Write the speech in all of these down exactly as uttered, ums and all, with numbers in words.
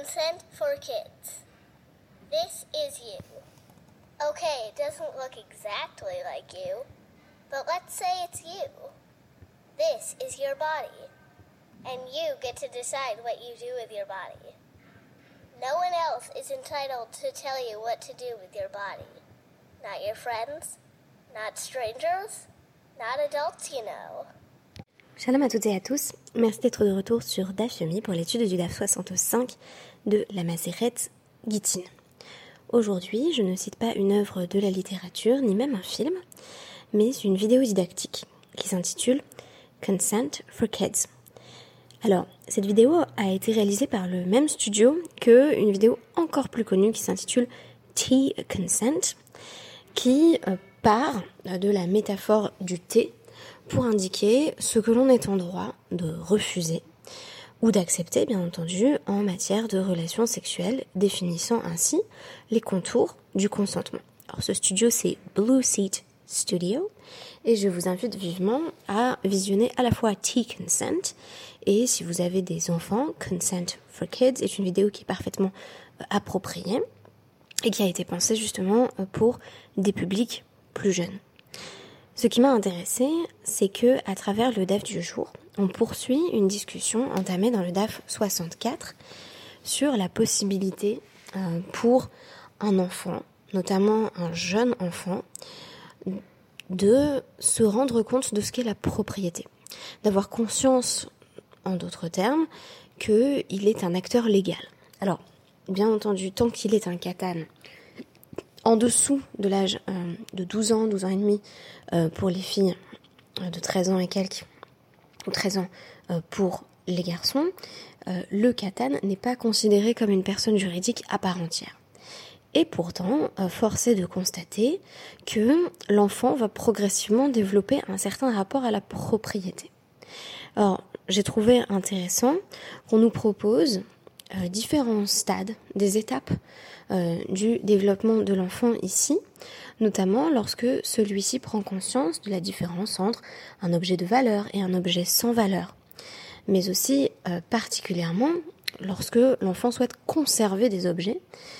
Consent for Kids. This is you. Okay, it doesn't look exactly like you, but let's say it's you. This is your body, and you get to decide what you do with your body. No one else is entitled to tell you what to do with your body. Not your friends, not strangers, not adults you know. Shalom à toutes et à tous, merci d'être de retour sur Daf Yomi pour l'étude du Daf soixante-cinq de la Maseret Gittin. Aujourd'hui, je ne cite pas une œuvre de la littérature, ni même un film, mais une vidéo didactique qui s'intitule « Consent for Kids ». Alors, cette vidéo a été réalisée par le même studio qu'une vidéo encore plus connue qui s'intitule « Tea Consent », qui part de la métaphore du thé pour indiquer ce que l'on est en droit de refuser ou d'accepter, bien entendu, en matière de relations sexuelles, définissant ainsi les contours du consentement. Alors, ce studio, c'est Blue Seat Studio, et je vous invite vivement à visionner à la fois Tea Consent, et si vous avez des enfants, Consent for Kids est une vidéo qui est parfaitement euh, appropriée, et qui a été pensée justement pour des publics plus jeunes. Ce qui m'a intéressée, c'est que à travers le D A F du jour, on poursuit une discussion entamée dans le D A F soixante-quatre sur la possibilité euh, pour un enfant, notamment un jeune enfant, de se rendre compte de ce qu'est la propriété, d'avoir conscience, en d'autres termes, qu'il est un acteur légal. Alors, bien entendu, tant qu'il est un katan, en dessous de l'âge euh, de douze ans, douze ans et demi euh, pour les filles, euh, de treize ans et quelques, ou treize ans euh, pour les garçons, euh, le katan n'est pas considéré comme une personne juridique à part entière. Et pourtant, euh, force est de constater que l'enfant va progressivement développer un certain rapport à la propriété. Alors, j'ai trouvé intéressant qu'on nous propose euh, différents stades, des étapes euh, du développement de l'enfant ici, notamment lorsque celui-ci prend conscience de la différence entre un objet de valeur et un objet sans valeur, mais aussi euh, particulièrement lorsque l'enfant souhaite conserver des objets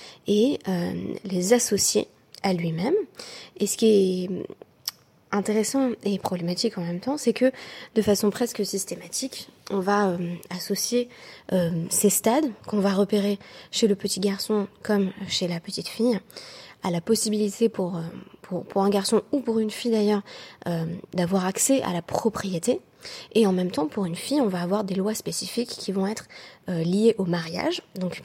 et euh, les associer à lui-même. Et ce qui est intéressant et problématique en même temps, c'est que de façon presque systématique, on va euh, associer euh, ces stades qu'on va repérer chez le petit garçon comme chez la petite fille à la possibilité pour, euh, pour, pour un garçon ou pour une fille d'ailleurs euh, d'avoir accès à la propriété. Et en même temps, pour une fille, on va avoir des lois spécifiques qui vont être euh, liées au mariage. Donc,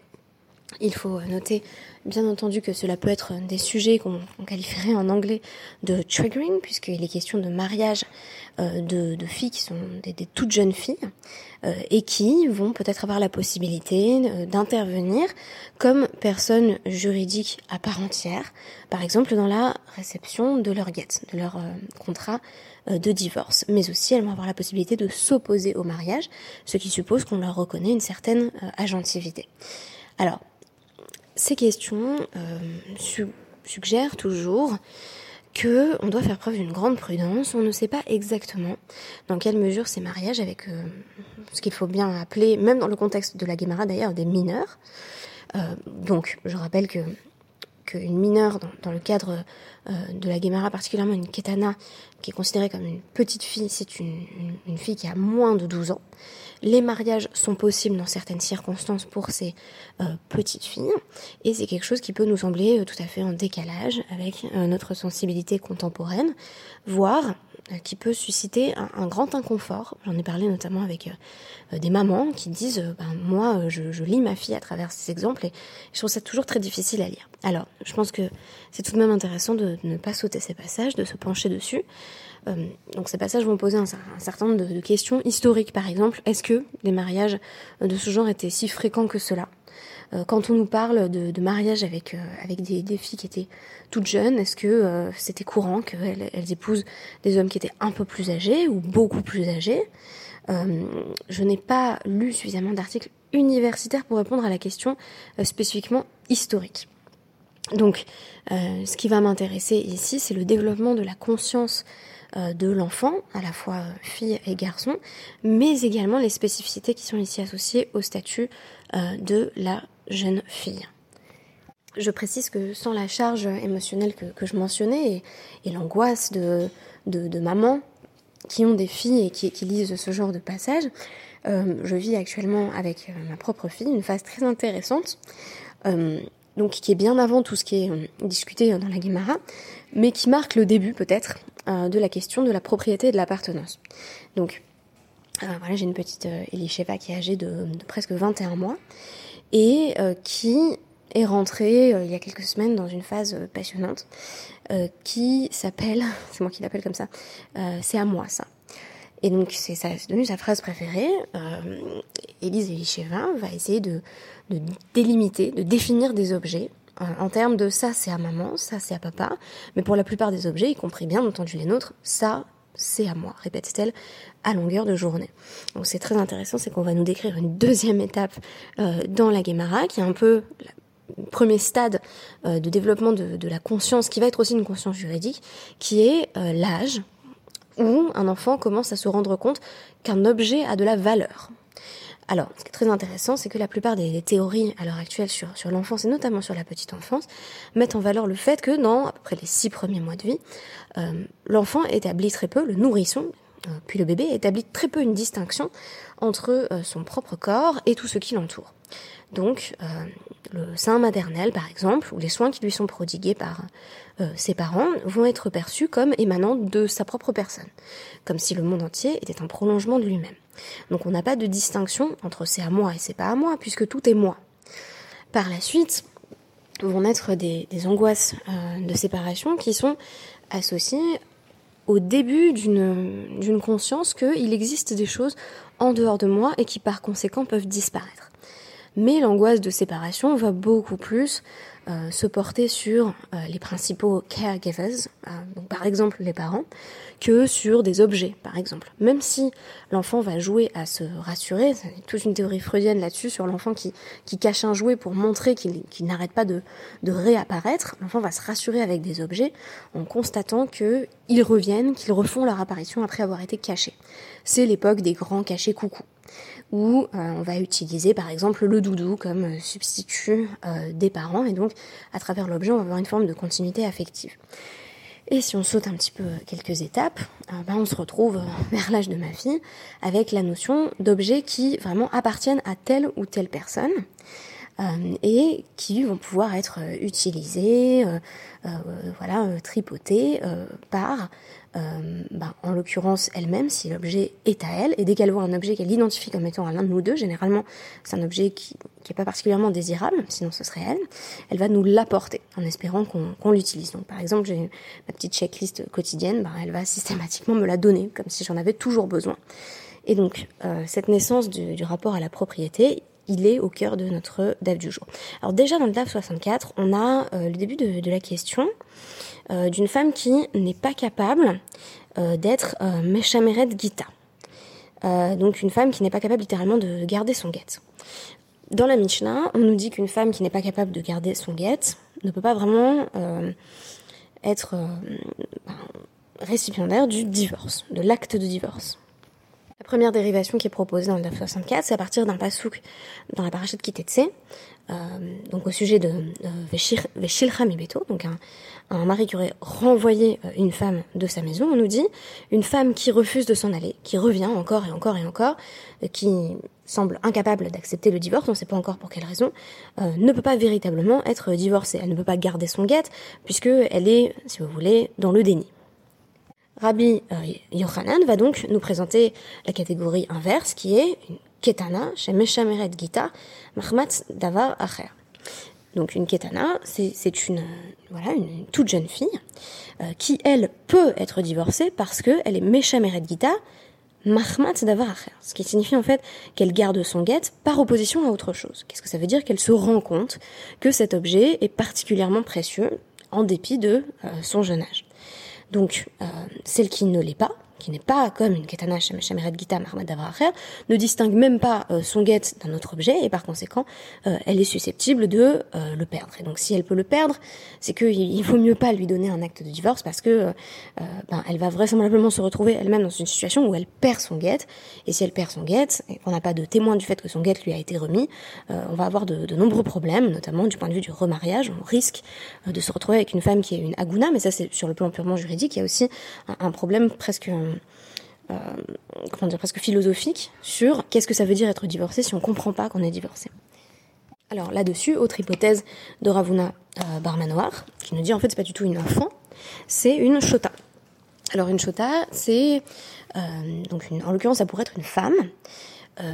il faut noter, bien entendu, que cela peut être des sujets qu'on, qu'on qualifierait en anglais de triggering, puisqu'il est question de mariage euh, de, de filles qui sont des, des toutes jeunes filles euh, et qui vont peut-être avoir la possibilité euh, d'intervenir comme personnes juridiques à part entière, par exemple dans la réception de leur get, de leur euh, contrat euh, de divorce. Mais aussi, elles vont avoir la possibilité de s'opposer au mariage, ce qui suppose qu'on leur reconnaît une certaine euh, agentivité. Alors, ces questions euh, su- suggèrent toujours que on doit faire preuve d'une grande prudence. On ne sait pas exactement dans quelle mesure ces mariages avec euh, ce qu'il faut bien appeler, même dans le contexte de la Guémara d'ailleurs, des mineurs. Euh, donc, je rappelle que qu'une mineure, dans, dans le cadre euh, de la Guémara, particulièrement une Ketana, qui est considérée comme une petite fille, c'est une, une, une fille qui a moins de douze ans. Les mariages sont possibles dans certaines circonstances pour ces euh, petites filles, et c'est quelque chose qui peut nous sembler euh, tout à fait en décalage avec euh, notre sensibilité contemporaine, voire euh, qui peut susciter un, un grand inconfort. J'en ai parlé notamment avec euh, des mamans qui disent euh, ben, « moi, euh, je, je lis ma fille à travers ces exemples, et je trouve ça toujours très difficile à lire ». Alors, je pense que c'est tout de même intéressant de, de ne pas sauter ces passages, de se pencher dessus. Euh, donc ces passages vont poser un, un certain nombre de, de questions historiques, par exemple. Est-ce que les mariages de ce genre étaient si fréquents que cela ? euh, Quand on nous parle de, de mariage avec, euh, avec des, des filles qui étaient toutes jeunes, est-ce que euh, c'était courant qu'elles elles épousent des hommes qui étaient un peu plus âgés ou beaucoup plus âgés ? euh, Je n'ai pas lu suffisamment d'articles universitaires pour répondre à la question euh, spécifiquement historique. Donc, euh, ce qui va m'intéresser ici, c'est le développement de la conscience euh, de l'enfant, à la fois euh, fille et garçon, mais également les spécificités qui sont ici associées au statut euh, de la jeune fille. Je précise que sans la charge émotionnelle que, que je mentionnais et, et l'angoisse de, de, de mamans qui ont des filles et qui, qui lisent ce genre de passages, euh, je vis actuellement avec ma propre fille une phase très intéressante, euh, donc qui est bien avant tout ce qui est euh, discuté dans la Guémara, mais qui marque le début peut-être euh, de la question de la propriété et de l'appartenance. Donc euh, voilà, j'ai une petite euh, Elisheva qui est âgée de, de presque vingt et un mois et euh, qui est rentrée euh, il y a quelques semaines dans une phase euh, passionnante euh, qui s'appelle, c'est moi qui l'appelle comme ça, euh, c'est à moi ça. Et donc c'est, ça, c'est devenu sa phrase préférée. Euh, Élise Elisheva va essayer de, de délimiter, de définir des objets euh, en termes de ça c'est à maman, ça c'est à papa, mais pour la plupart des objets, y compris bien entendu les nôtres, ça c'est à moi, répète-t-elle à longueur de journée. Donc c'est très intéressant, c'est qu'on va nous décrire une deuxième étape euh, dans la Guémara, qui est un peu le premier stade euh, de développement de, de la conscience, qui va être aussi une conscience juridique, qui est euh, l'âge où un enfant commence à se rendre compte qu'un objet a de la valeur. Alors, ce qui est très intéressant, c'est que la plupart des, des théories à l'heure actuelle sur, sur l'enfance, et notamment sur la petite enfance, mettent en valeur le fait que dans à peu près les six premiers mois de vie, euh, l'enfant établit très peu, le nourrisson, euh, puis le bébé, établit très peu une distinction entre euh, son propre corps et tout ce qui l'entoure. Donc, euh, le sein maternel, par exemple, ou les soins qui lui sont prodigués par euh, ses parents, vont être perçus comme émanant de sa propre personne, comme si le monde entier était un prolongement de lui-même. Donc on n'a pas de distinction entre c'est à moi et c'est pas à moi, puisque tout est moi. Par la suite, vont naître des, des angoisses euh, de séparation qui sont associées au début d'une, d'une conscience qu'il existe des choses en dehors de moi et qui par conséquent peuvent disparaître. Mais l'angoisse de séparation va beaucoup plus euh, se porter sur euh, les principaux caregivers, euh, donc par exemple les parents, que sur des objets, par exemple. Même si l'enfant va jouer à se rassurer, c'est toute une théorie freudienne là-dessus, sur l'enfant qui, qui cache un jouet pour montrer qu'il, qu'il n'arrête pas de, de réapparaître, l'enfant va se rassurer avec des objets en constatant qu'ils reviennent, qu'ils refont leur apparition après avoir été cachés. C'est l'époque des grands cachets coucou, où euh, on va utiliser par exemple le doudou comme euh, substitut euh, des parents, et donc à travers l'objet on va avoir une forme de continuité affective. Et si on saute un petit peu quelques étapes, euh, ben on se retrouve euh, vers l'âge de ma fille avec la notion d'objets qui vraiment appartiennent à telle ou telle personne euh, et qui vont pouvoir être euh, utilisés, euh, euh, voilà, euh, tripotés euh, par Euh, ben, en l'occurrence elle-même, si l'objet est à elle, et dès qu'elle voit un objet qu'elle identifie comme étant à l'un de nous deux, généralement c'est un objet qui n'est pas particulièrement désirable, sinon ce serait elle, elle va nous l'apporter en espérant qu'on, qu'on l'utilise. Donc par exemple, j'ai ma petite checklist quotidienne, ben, elle va systématiquement me la donner, comme si j'en avais toujours besoin. Et donc euh, cette naissance du, du rapport à la propriété, il est au cœur de notre D A F du jour. Alors déjà dans le D A F soixante-quatre, on a euh, le début de, de la question euh, d'une femme qui n'est pas capable euh, d'être euh, Meshameret Gita. Euh, donc une femme qui n'est pas capable littéralement de garder son guet. Dans la Mishnah, on nous dit qu'une femme qui n'est pas capable de garder son guet ne peut pas vraiment euh, être euh, récipiendaire du divorce, de l'acte de divorce. La première dérivation qui est proposée dans le D A F soixante-quatre, c'est à partir d'un pasouk dans la paracha de Kitetse, euh, donc au sujet de euh, Veshilcha mibeto, donc un, un mari qui aurait renvoyé euh, une femme de sa maison. On nous dit une femme qui refuse de s'en aller, qui revient encore et encore et encore, euh, qui semble incapable d'accepter le divorce, on ne sait pas encore pour quelle raison, euh, ne peut pas véritablement être divorcée. Elle ne peut pas garder son guet, puisqu'elle est, si vous voulez, dans le déni. Rabbi euh, Yochanan va donc nous présenter la catégorie inverse qui est une ketana chez Meshameret Gita Mahmat Davar Acher. Donc une ketana, c'est, c'est une, voilà, une, une toute jeune fille euh, qui, elle, peut être divorcée parce qu'elle est Meshameret Gita Mahmat Davar Acher. Ce qui signifie en fait qu'elle garde son guet par opposition à autre chose. Qu'est-ce que ça veut dire? Qu'elle se rend compte que cet objet est particulièrement précieux en dépit de euh, son jeune âge. Donc, euh, celle qui ne l'est pas, qui n'est pas comme une ketana shameret gita marmad davra acher, ne distingue même pas euh, son get d'un autre objet, et par conséquent, euh, elle est susceptible de euh, le perdre. Et donc si elle peut le perdre, c'est qu'il il vaut mieux pas lui donner un acte de divorce, parce que euh, ben, elle va vraisemblablement se retrouver elle-même dans une situation où elle perd son get, et si elle perd son get, et qu'on n'a pas de témoin du fait que son get lui a été remis, euh, on va avoir de, de nombreux problèmes, notamment du point de vue du remariage. On risque euh, de se retrouver avec une femme qui est une aguna, mais ça c'est sur le plan purement juridique. Il y a aussi un, un problème presque... Euh, comment dire, presque philosophique sur qu'est-ce que ça veut dire être divorcé si on comprend pas qu'on est divorcé. Alors là-dessus, autre hypothèse de Ravuna euh, bar Manoar, qui nous dit en fait c'est pas du tout une enfant, c'est une shota. Alors une shota, c'est euh, donc une, en l'occurrence ça pourrait être une femme euh,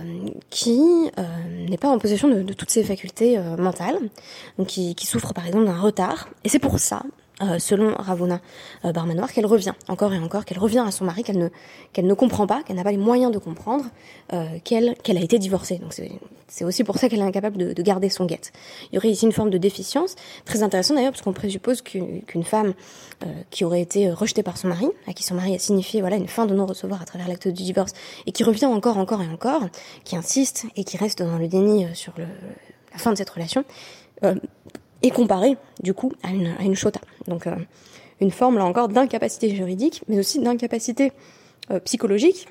qui euh, n'est pas en possession de, de toutes ses facultés euh, mentales, donc qui, qui souffre par exemple d'un retard, et c'est pour ça. Euh, selon Ravuna euh, bar Manoar, qu'elle revient encore et encore, qu'elle revient à son mari, qu'elle ne qu'elle ne comprend pas, qu'elle n'a pas les moyens de comprendre euh, qu'elle qu'elle a été divorcée. Donc c'est c'est aussi pour ça qu'elle est incapable de, de garder son guet. Il y aurait ici une forme de déficience très intéressante d'ailleurs, parce qu'on présuppose qu'une, qu'une femme euh, qui aurait été rejetée par son mari, à qui son mari a signifié voilà une fin de non-recevoir à travers l'acte du divorce, et qui revient encore, encore et encore, qui insiste et qui reste dans le déni sur le, la fin de cette relation. Euh, et comparé, du coup, à une, à une shota. Donc, euh, une forme, là encore, d'incapacité juridique, mais aussi d'incapacité euh, psychologique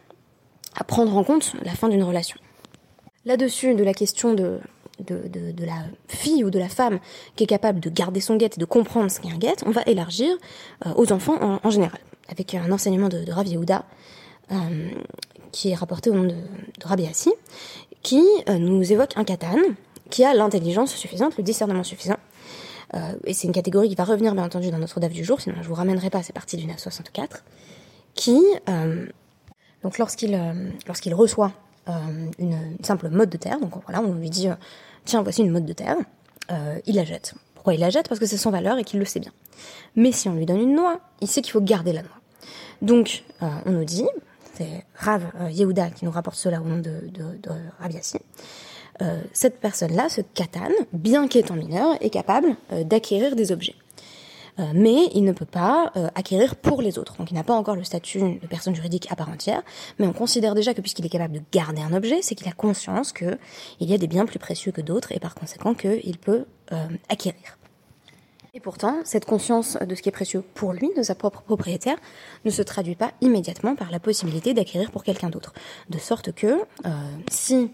à prendre en compte la fin d'une relation. Là-dessus, de la question de, de, de, de la fille ou de la femme qui est capable de garder son guet et de comprendre ce qu'est un guet, on va élargir euh, aux enfants en, en général, avec un enseignement de, de Rav Yehuda, euh, qui est rapporté au nom de, de Rabbi Assi, qui euh, nous évoque un katan, qui a l'intelligence suffisante, le discernement suffisant. Euh, et c'est une catégorie qui va revenir bien entendu dans notre D A F du jour, sinon je vous ramènerai pas à ces parties du neuf soixante-quatre, qui, euh, donc lorsqu'il, euh, lorsqu'il reçoit euh, une, une simple mode de terre, donc voilà, on lui dit, euh, tiens, voici une mode de terre, euh, il la jette. Pourquoi il la jette? Parce que c'est sans valeur et qu'il le sait bien. Mais si on lui donne une noix, il sait qu'il faut garder la noix. Donc, euh, on nous dit, c'est Rav euh, Yehuda qui nous rapporte cela au nom de, de, de Rabbi Assi, Euh, cette personne-là, ce katan, bien qu'étant mineur, est capable euh, d'acquérir des objets. Euh, mais il ne peut pas euh, acquérir pour les autres. Donc il n'a pas encore le statut de personne juridique à part entière, mais on considère déjà que puisqu'il est capable de garder un objet, c'est qu'il a conscience qu'il y a des biens plus précieux que d'autres, et par conséquent qu'il peut euh, acquérir. Et pourtant, cette conscience de ce qui est précieux pour lui, de sa propre propriétaire, ne se traduit pas immédiatement par la possibilité d'acquérir pour quelqu'un d'autre. De sorte que, euh, si...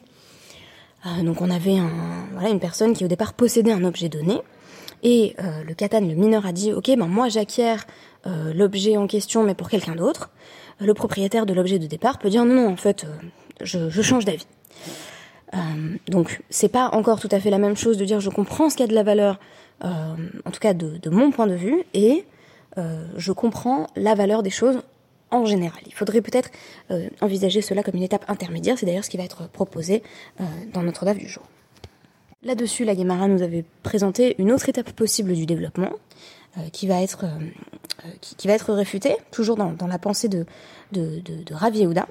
Euh, donc on avait un, voilà, une personne qui au départ possédait un objet donné, et euh, le katan, le mineur, a dit « Ok, ben moi j'acquiers euh, l'objet en question, mais pour quelqu'un d'autre ». Le propriétaire de l'objet de départ peut dire « Non, non, en fait, euh, je, je change d'avis ». Euh, donc c'est pas encore tout à fait la même chose de dire « Je comprends ce qu'il y a de la valeur, euh, en tout cas de, de mon point de vue, et euh, je comprends la valeur des choses ». En général, il faudrait peut-être euh, envisager cela comme une étape intermédiaire, c'est d'ailleurs ce qui va être proposé euh, dans notre D A F du jour. Là-dessus, la Gemara nous avait présenté une autre étape possible du développement, euh, qui va être euh, qui, qui va être réfutée, toujours dans, dans la pensée de, de, de, de Rav Yehuda.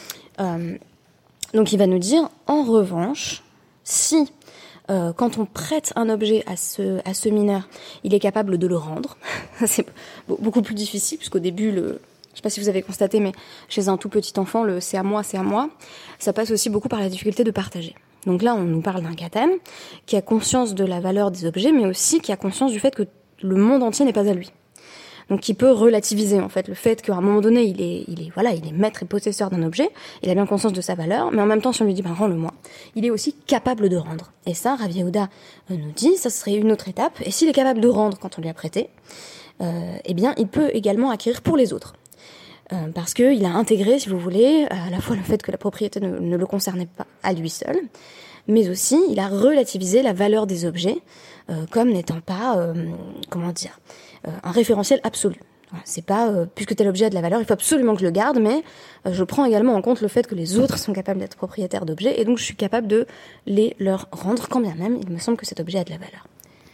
Euh, donc il va nous dire, en revanche, si euh, quand on prête un objet à ce, à ce mineur, il est capable de le rendre, c'est beaucoup plus difficile, puisqu'au début, le je sais pas si vous avez constaté, mais chez un tout petit enfant, le c'est à moi, c'est à moi, ça passe aussi beaucoup par la difficulté de partager. Donc là, on nous parle d'un katan qui a conscience de la valeur des objets, mais aussi qui a conscience du fait que le monde entier n'est pas à lui. Donc qui peut relativiser en fait le fait qu'à un moment donné, il est, il est, voilà, il est maître et possesseur d'un objet, il a bien conscience de sa valeur, mais en même temps, si on lui dit, ben rends-le-moi, il est aussi capable de rendre. Et ça, Rav Yehuda nous dit, ça serait une autre étape. Et s'il est capable de rendre quand on lui a prêté, euh, eh bien, il peut également acquérir pour les autres. Euh, parce qu'il a intégré, si vous voulez, à la fois le fait que la propriété ne, ne le concernait pas à lui seul, mais aussi il a relativisé la valeur des objets euh, comme n'étant pas, euh, comment dire, euh, un référentiel absolu. Voilà, c'est pas, euh, puisque tel objet a de la valeur, il faut absolument que je le garde, mais euh, je prends également en compte le fait que les autres sont capables d'être propriétaires d'objets, et donc je suis capable de les leur rendre, quand bien même il me semble que cet objet a de la valeur.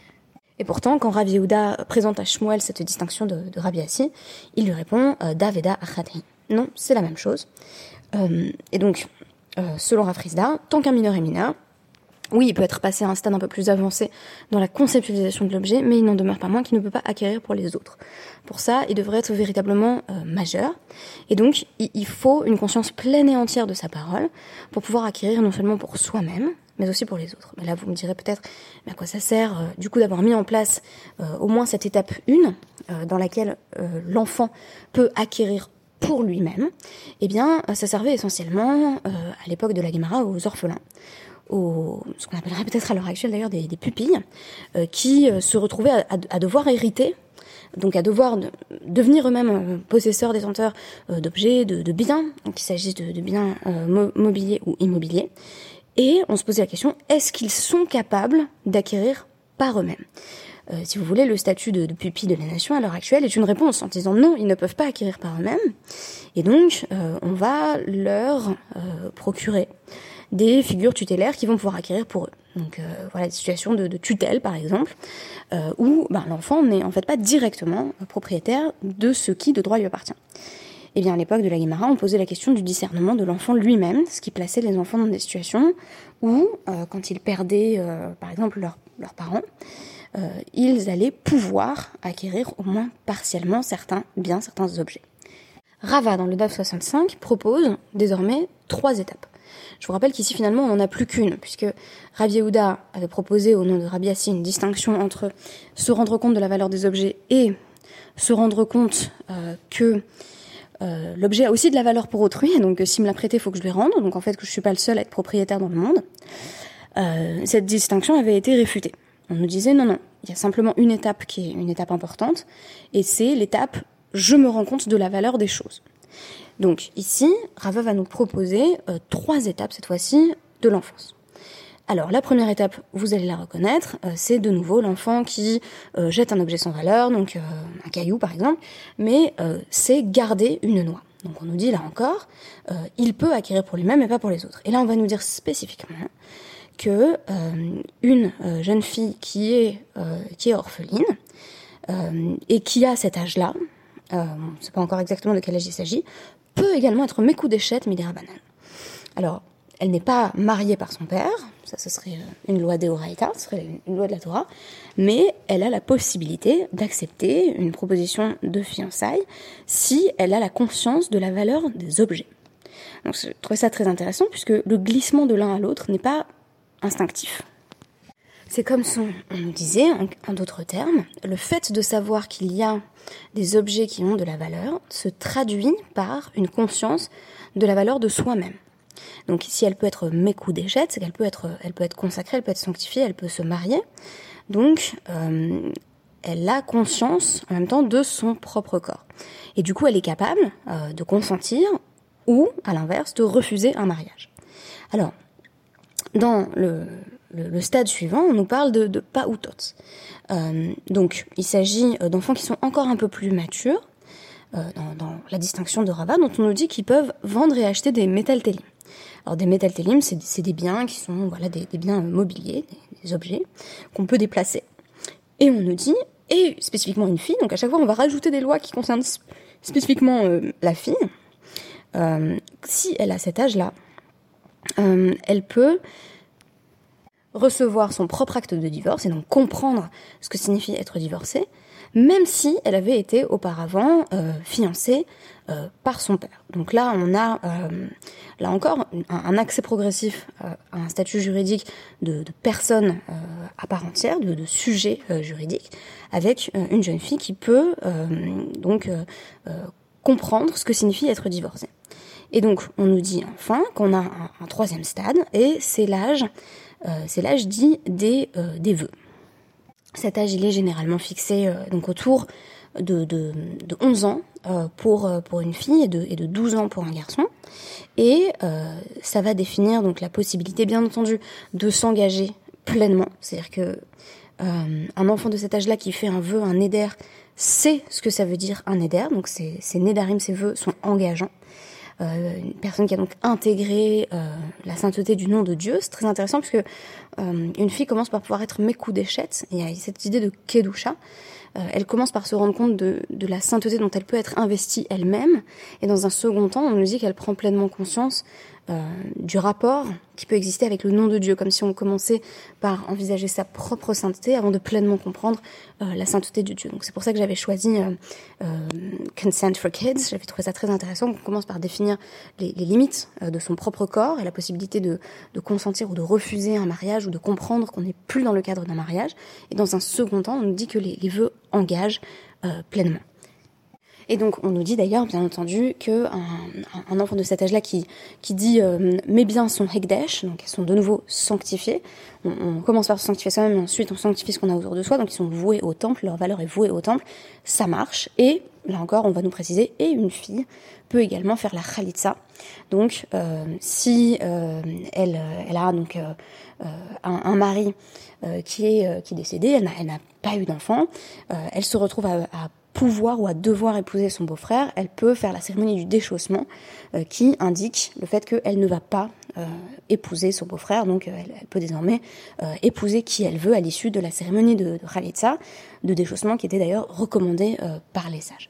Et pourtant, quand Rav Yehuda présente à Shmuel cette distinction de, de Rabbi Assi, il lui répond euh, « Daveda achadei ». Non, c'est la même chose. Euh, et donc, euh, selon Rav Rizda, tant qu'un mineur est mineur, Oui, il peut être passé à un stade un peu plus avancé dans la conceptualisation de l'objet, mais il n'en demeure pas moins qu'il ne peut pas acquérir pour les autres. Pour ça, il devrait être véritablement euh, majeur. Et donc, il faut une conscience pleine et entière de sa parole pour pouvoir acquérir non seulement pour soi-même, mais aussi pour les autres. Mais là, vous me direz peut-être, mais à quoi ça sert, euh, du coup, d'avoir mis en place euh, au moins cette étape un, euh, dans laquelle euh, l'enfant peut acquérir pour lui-même. Eh bien, ça servait essentiellement, euh, à l'époque de la Guémara, aux orphelins, aux, ce qu'on appellerait peut-être à l'heure actuelle d'ailleurs des, des pupilles, euh, qui euh, se retrouvaient à, à, à devoir hériter, donc à devoir de, devenir eux-mêmes euh, possesseurs, détenteurs euh, d'objets, de, de biens, qu'il s'agisse de, de biens euh, mo- mobiliers ou immobiliers. Et on se posait la question, est-ce qu'ils sont capables d'acquérir par eux-mêmes ? Euh, si vous voulez, le statut de, de pupille de la nation à l'heure actuelle est une réponse en disant non, ils ne peuvent pas acquérir par eux-mêmes. Et donc, euh, on va leur euh, procurer des figures tutélaires qui vont pouvoir acquérir pour eux. Donc euh, voilà, des situations de, de tutelle, par exemple, euh, où ben, l'enfant n'est en fait pas directement propriétaire de ce qui de droit lui appartient. Eh bien, à l'époque de la Guémara, on posait la question du discernement de l'enfant lui-même, ce qui plaçait les enfants dans des situations où, euh, quand ils perdaient, euh, par exemple, leur, leurs parents, euh, ils allaient pouvoir acquérir au moins partiellement certains biens, certains objets. Rava, dans le D A F soixante-cinq, propose désormais trois étapes. Je vous rappelle qu'ici, finalement, on n'en a plus qu'une, puisque Rabbi Yehuda avait proposé, au nom de Rabbi Yassi, une distinction entre se rendre compte de la valeur des objets et se rendre compte euh, que euh, l'objet a aussi de la valeur pour autrui, et donc s'il me l'a prêté, il faut que je lui rende, donc en fait que je ne suis pas le seul à être propriétaire dans le monde. Euh, cette distinction avait été réfutée. On nous disait non, non, il y a simplement une étape qui est une étape importante, et c'est l'étape « je me rends compte de la valeur des choses ». Donc ici, Rava va nous proposer euh, trois étapes, cette fois-ci, de l'enfance. Alors la première étape, vous allez la reconnaître, euh, c'est de nouveau l'enfant qui euh, jette un objet sans valeur, donc euh, un caillou par exemple, mais euh, c'est garder une noix. Donc on nous dit là encore, euh, il peut acquérir pour lui-même et pas pour les autres. Et là on va nous dire spécifiquement que euh, une euh, jeune fille qui est, euh, qui est orpheline euh, et qui a cet âge-là, euh, on ne sait pas encore exactement de quel âge il s'agit, peut également être Mekudeshet Midera Banan. Alors, elle n'est pas mariée par son père, ça ce serait une loi d'Eoraïta, ce serait une loi de la Torah, mais elle a la possibilité d'accepter une proposition de fiançailles si elle a la conscience de la valeur des objets. Donc je trouve ça très intéressant puisque le glissement de l'un à l'autre n'est pas instinctif. C'est comme si on nous disait, en, en d'autres termes, le fait de savoir qu'il y a des objets qui ont de la valeur se traduit par une conscience de la valeur de soi-même. Donc si elle peut être Mekudeshet, c'est qu'elle peut être, elle peut être consacrée, elle peut être sanctifiée, elle peut se marier. Donc euh, elle a conscience en même temps de son propre corps. Et du coup elle est capable euh, de consentir ou, à l'inverse, de refuser un mariage. Alors, dans le, le, le stade suivant, on nous parle de, de Pautot. Euh, donc, il s'agit d'enfants qui sont encore un peu plus matures, euh, dans, dans la distinction de Rava, dont on nous dit qu'ils peuvent vendre et acheter des métaltélim. Alors, des métaltélim, c'est, c'est des biens qui sont voilà, des, des biens mobiliers, des, des objets qu'on peut déplacer. Et on nous dit, et spécifiquement une fille, donc à chaque fois on va rajouter des lois qui concernent spécifiquement euh, la fille, euh, si elle a cet âge-là, Euh, elle peut recevoir son propre acte de divorce et donc comprendre ce que signifie être divorcée, même si elle avait été auparavant euh, fiancée euh, par son père. Donc là, on a, euh, là encore, un, un accès progressif euh, à un statut juridique de, de personne euh, à part entière, de, de sujet euh, juridique, avec euh, une jeune fille qui peut euh, donc euh, euh, comprendre ce que signifie être divorcée. Et donc, on nous dit enfin qu'on a un, un troisième stade, et c'est l'âge, euh, c'est l'âge dit des, euh, des vœux. Cet âge, il est généralement fixé euh, donc autour de, de, de onze ans euh, pour, pour une fille et de, et de douze ans pour un garçon. Et euh, ça va définir donc la possibilité, bien entendu, de s'engager pleinement. C'est-à-dire que euh, un enfant de cet âge-là qui fait un vœu, un néder, sait ce que ça veut dire un néder. Donc ces, ces nédarim, ces vœux sont engageants. Euh, une personne qui a donc intégré euh, la sainteté du nom de Dieu. C'est très intéressant parce que euh, une fille commence par pouvoir être Mekudeshet. Il y a cette idée de Kedusha. Euh, elle commence par se rendre compte de, de la sainteté dont elle peut être investie elle-même. Et dans un second temps, on nous dit qu'elle prend pleinement conscience euh, du rapport qui peut exister avec le nom de Dieu, comme si on commençait par envisager sa propre sainteté avant de pleinement comprendre euh, la sainteté de Dieu. Donc c'est pour ça que j'avais choisi euh, euh, Consent for Kids. J'avais trouvé ça très intéressant qu'on commence par définir les, les limites euh, de son propre corps et la possibilité de, de consentir ou de refuser un mariage ou de comprendre qu'on n'est plus dans le cadre d'un mariage. Et dans un second temps, on nous dit que les, les vœux engagent euh, pleinement. Et donc, on nous dit d'ailleurs, bien entendu, qu'un un enfant de cet âge-là qui, qui dit euh, « mes biens sont hekdesh », donc ils sont de nouveau sanctifiés. On, on commence par se sanctifier soi-même, et ensuite on sanctifie ce qu'on a autour de soi, donc ils sont voués au temple, leur valeur est vouée au temple, ça marche. Et, là encore, on va nous préciser, et une fille peut également faire la khalitsa. Donc, euh, si euh, elle, elle a donc euh, un, un mari euh, qui, est, euh, qui est décédé, elle n'a, elle n'a pas eu d'enfant, euh, elle se retrouve à, à pouvoir ou à devoir épouser son beau-frère, elle peut faire la cérémonie du déchaussement euh, qui indique le fait qu'elle ne va pas euh, épouser son beau-frère, donc euh, elle, elle peut désormais euh, épouser qui elle veut à l'issue de la cérémonie de, de Khalitsa, de déchaussement qui était d'ailleurs recommandée euh, par les sages.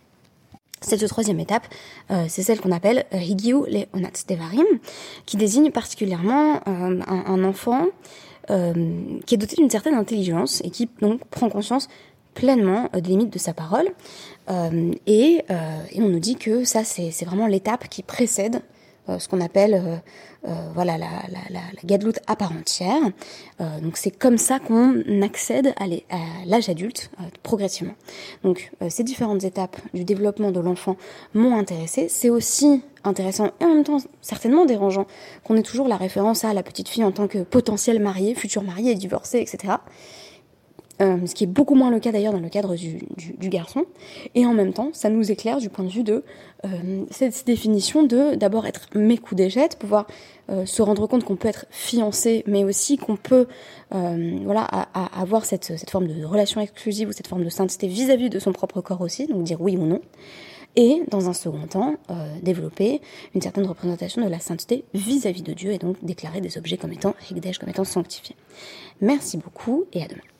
Cette troisième étape, euh, c'est celle qu'on appelle euh, Higiu le Onat Devarim, qui désigne particulièrement euh, un, un enfant euh, qui est doté d'une certaine intelligence et qui donc prend conscience pleinement des limites de sa parole euh, et, euh, et on nous dit que ça c'est, c'est vraiment l'étape qui précède euh, ce qu'on appelle euh, euh, voilà la, la, la, la gadlout à part entière. Euh, donc c'est comme ça qu'on accède à, les, à l'âge adulte euh, progressivement. Donc euh, ces différentes étapes du développement de l'enfant m'ont intéressée. C'est aussi intéressant et en même temps certainement dérangeant qu'on ait toujours la référence à la petite fille en tant que potentielle mariée, future mariée, divorcée, et cetera. Euh, ce qui est beaucoup moins le cas d'ailleurs dans le cadre du, du, du garçon, et en même temps ça nous éclaire du point de vue de euh, cette définition de d'abord être mécoudéjette, pouvoir euh, se rendre compte qu'on peut être fiancé, mais aussi qu'on peut euh, voilà à, à avoir cette, cette forme de relation exclusive ou cette forme de sainteté vis-à-vis de son propre corps aussi, donc dire oui ou non, et dans un second temps euh, développer une certaine représentation de la sainteté vis-à-vis de Dieu et donc déclarer des objets comme étant hekdesh, comme étant sanctifiés. Merci beaucoup et à demain.